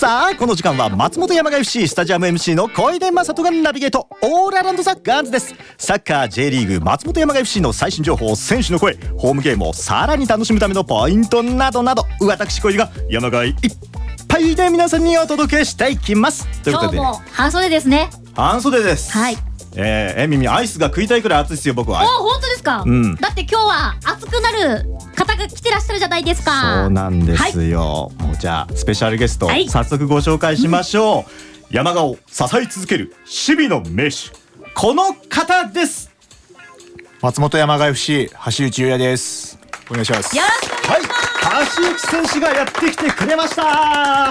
さあこの時間は松本山雅 FC スタジアム MC の小出正人がナビゲートオールアラウンドザガーンズです。サッカー J リーグ松本山雅 FC の最新情報、選手の声、ホームゲームをさらに楽しむためのポイントなどなど、私小出が山雅いっぱいで皆さんにお届けしていきます。ということで今日も半袖ですね。 半袖です。 はい。 耳アイスが食いたいくらい暑いですよ僕は。 本当ですか、だって今日は暑くなる方が来てらっしゃるじゃないですか。 そうなんですよ、もうじゃあスペシャルゲスト、早速ご紹介しましょう、山雅を支え続ける守備の名手、この方です。 松本山雅 FC 橋内優也です。お願いします。 よろしくお願いします。 橋内選手がやってきてくれました。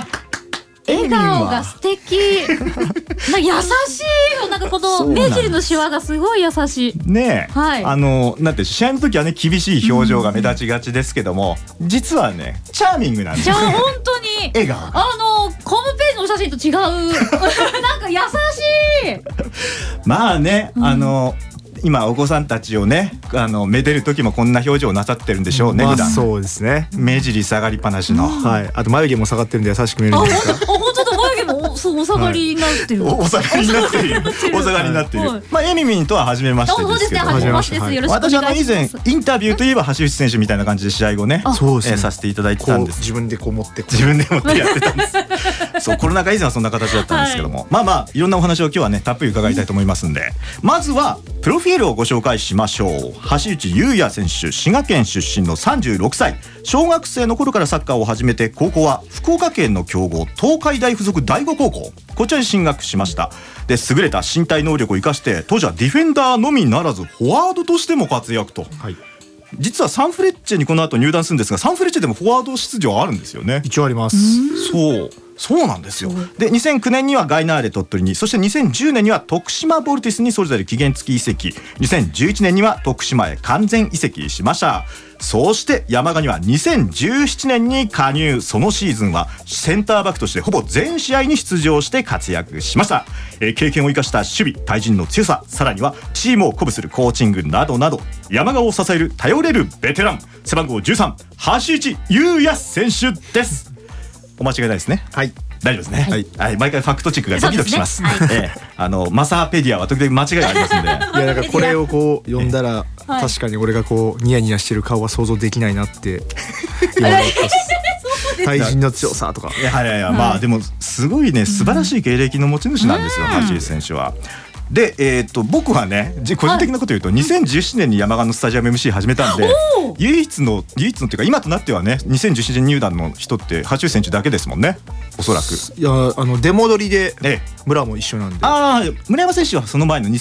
笑顔が素敵優しいよ。なんかこの目尻のシワがすごい優しいねえ、 はい、 なんて試合の時はね厳しい表情が目立ちがちですけども、実はねチャーミングなんですよ。 じゃあ本当に笑顔がホームページの写真と違うなんか優しいまあね、今お子さんたちをねめでる時もこんな表情をなさってるんでしょうね。 まあそうですね。 目尻下がりっぱなしの、 はい。あと眉毛も下がってるんで優しく見えるんですか。 本当だ、眉毛もそうお下がりになってる。 お下がりになっている。お下がりになっている。まあエミミンとは初めましてですけど、 初めましてです。よろしくお願いします。 私以前インタビューといえば橋内選手みたいな感じで試合後ね、させていただいてたんです。 自分でこう持ってやってたんです。そうコロナ禍以前はそんな形だったんですけども、まあいろんなお話を今日はねたっぷり伺いたいと思いますんで、まずはプロフィールをご紹介しましょう。橋内優也選手、滋賀県出身の36歳。小学生の頃からサッカーを始めて、高校は福岡県の強豪東海大附属第五高校、こちらに進学しました。で優れた身体能力を生かして当時はディフェンダーのみならずフォワードとしても活躍と、実はサンフレッチェにこの後入団するんですが、サンフレッチェでもフォワード出場あるんですよね。 一応あります。 そうなんですよ。で2009年にはガイナーレ鳥取に、そして2010年には徳島ボルティスにそれぞれ期限付き移籍、2011年には徳島へ完全移籍しました。そして山雅には2017年に加入。そのシーズンはセンターバックとしてほぼ全試合に出場して活躍しました。経験を生かした守備、対人の強さ、さらにはチームを鼓舞するコーチングなどなど、山雅を支える頼れるベテラン、背番号13橋内優也選手です。お間違いないですね。 はい、 大丈夫ですね。はい、毎回ファクトチェックがドキドキします。マサーペディアは時々間違いがありますんで。いやなんかこれをこう読んだら確かに俺がこうニヤニヤしてる顔は想像できないなって言われます。対人の強さとか。 いやまあでもすごいね素晴らしい経歴の持ち主なんですよ、橋内選手は。で僕はね個人的なこと言うと、2017年に山雅のスタジアム MC 始めたんで、唯一のっていうか今となってはね2017年入団の人って橋内選手だけですもんね、おそらく。 いや出戻りで村も一緒なんで。 村山選手はその前の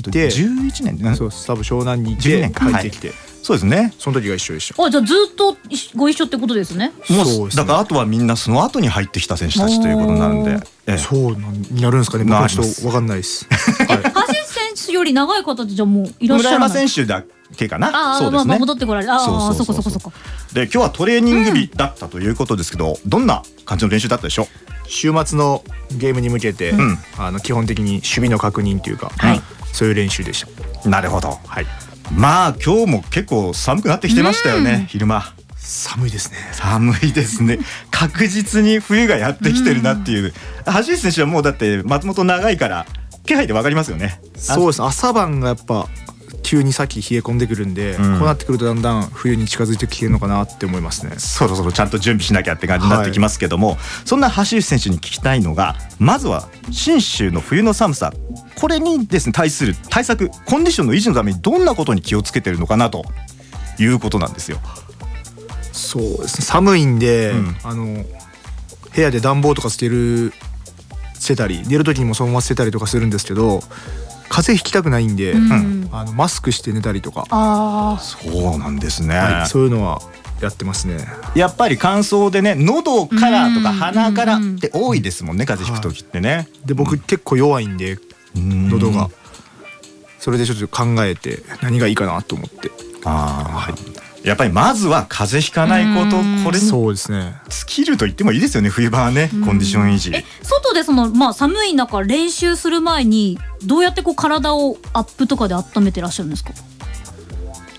2011年で、 そう多分湘南に10年入ってきて、 そうですね、 その時が一緒でした。 じゃあずっとご一緒ってことですね。 だからあとはみんなその後に入ってきた選手たちということになるんで。 そうになるんですかね。僕はちょっと分かんないです。 橋内選手より長い方ってじゃあもういらっしゃらない。 村山選手だけかな。そうですね。 戻ってこられる。そこ。 で今日はトレーニング日だったということですけど、どんな感じの練習だったでしょう。 週末のゲームに向けて基本的に守備の確認というか、そういう練習でした。 なるほど。まあ今日も結構寒くなってきてましたよね。昼間寒いですね。 確実に冬がやってきてるなっていう。橋内選手はもうだって松本長いから気配で分かりますよね。 そうです。朝晩がやっぱ急に先冷え込んでくるんで、こうなってくるとだんだん冬に近づいてきてるのかなって思いますね。 そろそろちゃんと準備しなきゃって感じになってきますけども、そんな橋内選手に聞きたいのが、まずは信州の冬の寒さ、これにですね対する対策、コンディションの維持のためにどんなことに気をつけてるのかなということなんですよ。 そうですね、寒いんで、部屋で暖房とか捨てたり、寝る時にもそのまま捨てたりとかするんですけど、風邪ひきたくないんで、マスクして寝たりとか。 そうなんですね。 そういうのはやってますね。 やっぱり乾燥でね、喉からとか鼻からって多いですもんね、風邪ひく時ってね。 で僕結構弱いんで喉が、それでちょっと考えて何がいいかなと思って。 やっぱりまずは風邪ひかないこと、これにスキルと言ってもいいですよね、冬場はね、コンディション維持。 外で寒い中練習する前にどうやってこう体をアップとかで温めてらっしゃるんですか。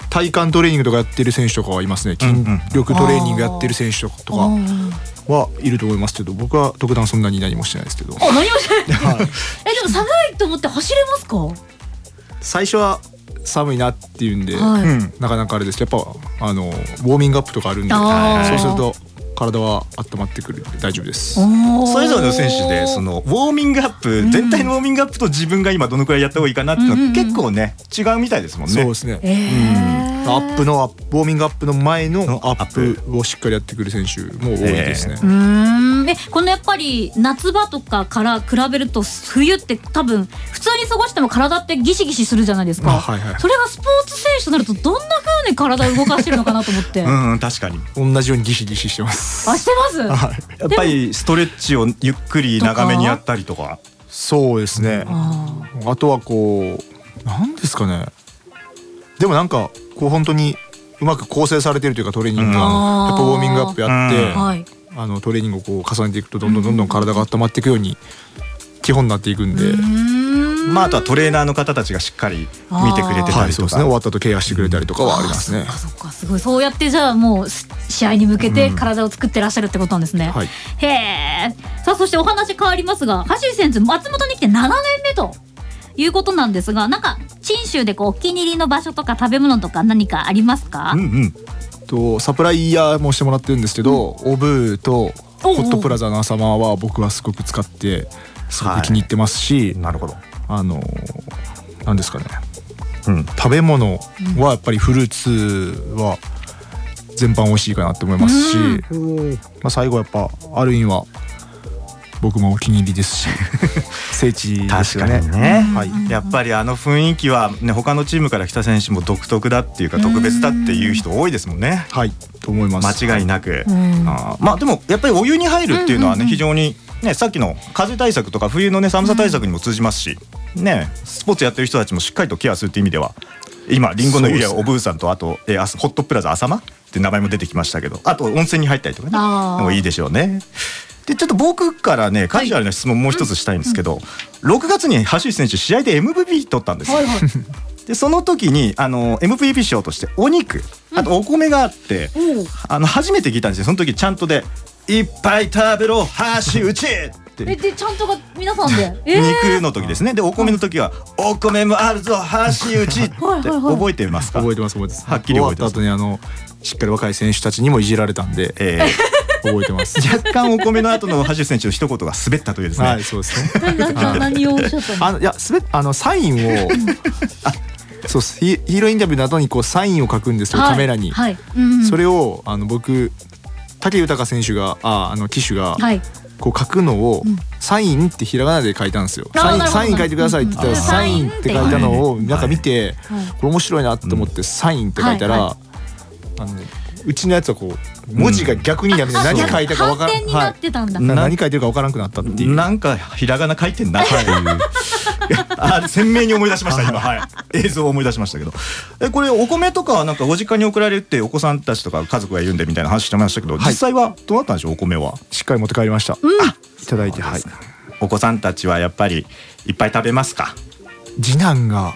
体幹トレーニングとかやってる選手とかはいますね。筋力トレーニングやってる選手とかはいると思いますけど、僕は特段そんなに何もしてないですけど。 何もしてない。でも寒いと思って走れますか？ 最初は寒いなっていうんで、なかなかあれですけど、やっぱウォーミングアップとかあるんで、そうすると体は温まってくるんで大丈夫です。 それぞれの選手でそのウォーミングアップ、全体のウォーミングアップと自分が今どのくらいやった方がいいかなっていうのは結構ね違うみたいですもんね。 そうですね。ウォーミングアップの前のアップをしっかりやってくる選手も多いですね。 このやっぱり夏場とかから比べると冬って多分普通に過ごしても体ってギシギシするじゃないですか。それがスポーツ選手となるとどんな風に体を動かしてるのかなと思って。 確かに同じようにギシギシしてます。 してます。 やっぱりストレッチをゆっくり長めにやったりとか。 そうですね。あとはこうなんですかね。でもなんかこう本当にうまく構成されてるというかトレーニングがやっぱウォーミングアップやってトレーニングをこう重ねていくとどんどん体が温まっていくように基本になっていくんで。 あとはトレーナーの方たちがしっかり見てくれてたりとか、 終わった後ケアしてくれたりとかはありますね。 すごい。そうやってじゃあもう試合に向けて体を作ってらっしゃるってことなんですね。へえ。さあそしてお話変わりますが、橋選手松本に来て7年目ということなんですが、なんか信州でこうお気に入りの場所とか食べ物とか何かありますか？ サプライヤーもしてもらってるんですけど、オブーとホットプラザの朝マは僕はすごく使ってすごく気に入ってますし、 なるほど。 なんですかね、食べ物はやっぱりフルーツは全般美味しいかなって思いますし、最後やっぱアルインは僕もお気に入りですし聖地ですよね。 確かにね、やっぱりあの雰囲気はね、他のチームから来た選手も独特だっていうか特別だっていう人多いですもんね。 と思います。 間違いなく。でもやっぱりお湯に入るっていうのはね、非常にね、さっきの風対策とか冬のね寒さ対策にも通じますし、スポーツやってる人たちもしっかりとケアするっていう意味では、今リンゴの湯やおブーさんと、あとホットプラザ朝間って名前も出てきましたけど、あと温泉に入ったりとかねもいいでしょうね。でちょっと僕からねカジュアルな質問もう一つしたいんですけど、6月に橋選手試合で MVP 取ったんですよ。でその時にMVP 賞としてお肉、あとお米があって、初めて聞いたんですよ。その時ちゃんとでいっぱい食べろ橋内ってでちゃんとが皆さんで、 肉の時ですね。でお米の時はお米もあるぞ橋内って覚えてますか？ 覚えてます。 はっきり覚えてます。 終わった後にしっかり若い選手たちにもいじられたんで、覚えてます。 若干お米の後の橋選手の一言が滑ったというですね。 そうですね。 何をおっしゃったの？ いやサインをそうヒーローインタビューの後にこうサインを書くんですよ、カメラに。それを僕武豊選手が騎手がこう書くのをサインってひらがなで書いたんですよ。サイン書いてくださいって言ったらサインって書いたのをなんか見て、これ面白いなと思ってサインって書いたら、うちのやつはこう文字が逆になって何書いたか分からん、何書いてるか分からなくなったっていう。 なんかひらがな書いてんなっていう鮮明に思い出しました今。映像を思い出しましたけど、これお米とかはなんかご実家に送られてお子さんたちとか家族がいるんでみたいな話してましたけど、実際はどうなったんでしょう？お米はしっかり持って帰りました。いただいて。 お子さんたちはやっぱりいっぱい食べますか？ 次男が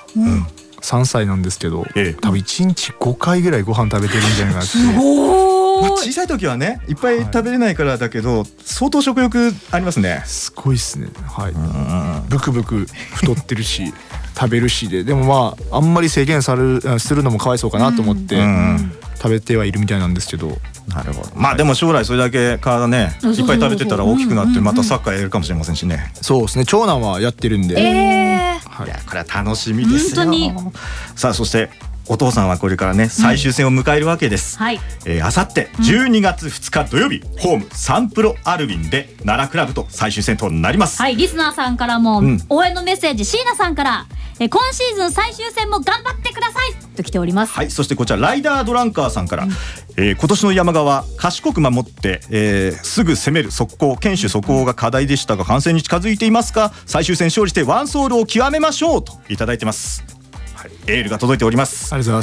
3歳なんですけど、多分1日5回ぐらいご飯食べてるんじゃないかなって。 すごい。 小さい時はねいっぱい食べれないからだけど、相当食欲ありますね。 すごいですね。ブクブク太ってるし食べるしでもあんまり制限するのもかわいそうかなと思って食べてはいるみたいなんですけど。 なるほど。でも将来それだけ体ねいっぱい食べてたら大きくなってまたサッカーやるかもしれませんしね。 そうですね。長男はやってるんで、 これは楽しみですよ。さあそしてお父さんはこれからね最終戦を迎えるわけです。あさって12月2日土曜日、ホームサンプロアルビンで奈良クラブと最終戦となります。 リスナーさんからも応援のメッセージ、椎名さんから今シーズン最終戦も頑張ってくださいと来ております。 そしてこちらライダードランカーさんから、今年の山川賢く守って、すぐ攻める速攻堅守速攻が課題でしたが完成に近づいていますか？最終戦勝利してワンソールを極めましょうといただいてます。エールが届いております。 ありがとうございます。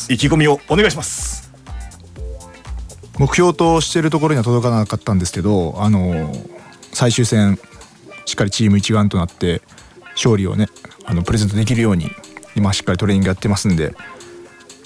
意気込みをお願いします。 目標としているところには届かなかったんですけど、最終戦しっかりチーム一丸となって勝利をねプレゼントできるように今しっかりトレーニングやってますんで、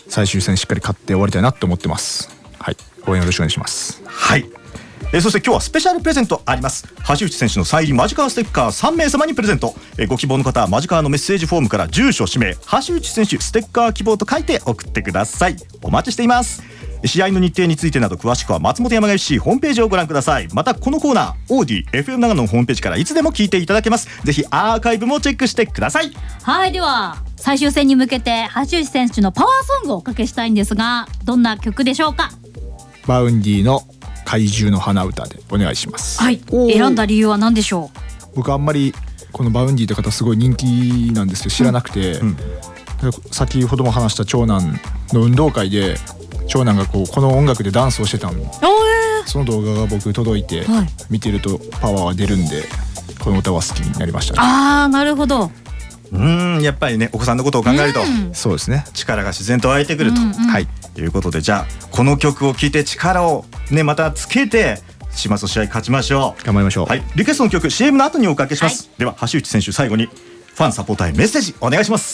最終戦しっかり勝って終わりたいなと思ってます。はい、応援よろしくお願いします。 はい。そして今日はスペシャルプレゼントあります。橋内選手のサイン入りマジカーステッカー3名様にプレゼント。ご希望の方はマジカーのメッセージフォームから住所氏名橋内選手ステッカー希望と書いて送ってください。お待ちしています。試合の日程についてなど詳しくは松本山雅 FC ホームページをご覧ください。またこのコーナーオーディ FM 長野のホームページからいつでも聞いていただけます。ぜひアーカイブもチェックしてください。 はい、では最終戦に向けて橋内選手のパワーソングをおかけしたいんですが、どんな曲でしょうか？ バウンディの怪獣の花歌でお願いします。 はい、選んだ理由は何でしょう？ 僕あんまりこのバウンディという方すごい人気なんですけど知らなくて、先ほども話した長男の運動会で長男がこの音楽でダンスをしてたの、その動画が僕届いて、見てるとパワーが出るんでこの歌は好きになりましたね。 あー、なるほど。 やっぱりね、お子さんのことを考えると、 そうですね、 力が自然と湧いてくると、いうことで、じゃあこの曲を聴いて力をねまたつけて島と試合勝ちましょう。 頑張りましょう。 はい、リクエストの曲 CM の後におかけします。では橋内選手、最後にファンサポーターへメッセージお願いします。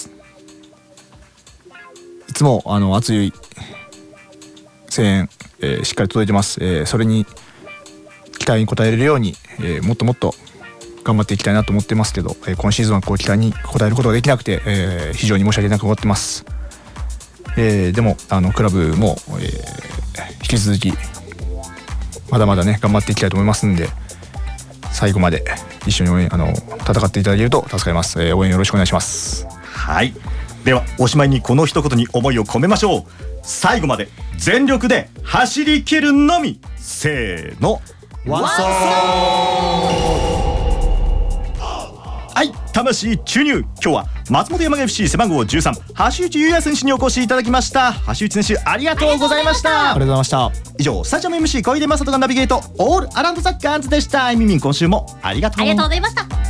いつも熱い声援、しっかり届いてます。それに期待に応えれるように、もっともっと頑張っていきたいなと思ってますけど、今シーズンは期待に応えることができなくて、非常に申し訳なく思ってます。でもクラブも、引き続きまだまだね頑張っていきたいと思いますんで、最後まで一緒に戦っていただけると助かります。応援よろしくお願いします。 はい、ではおしまいにこの一言に思いを込めましょう。最後まで全力で走り切るのみ。せーの、ワンソー。はい、魂注入。今日は松本山雅 FC 背番号13橋内優也選手にお越しいただきました。橋内選手ありがとうございました。 ありがとうございました。 以上、スタジアム MC 小出正人がナビゲートオールアラウンドザガンズでした。みみん、今週もありがとうございました。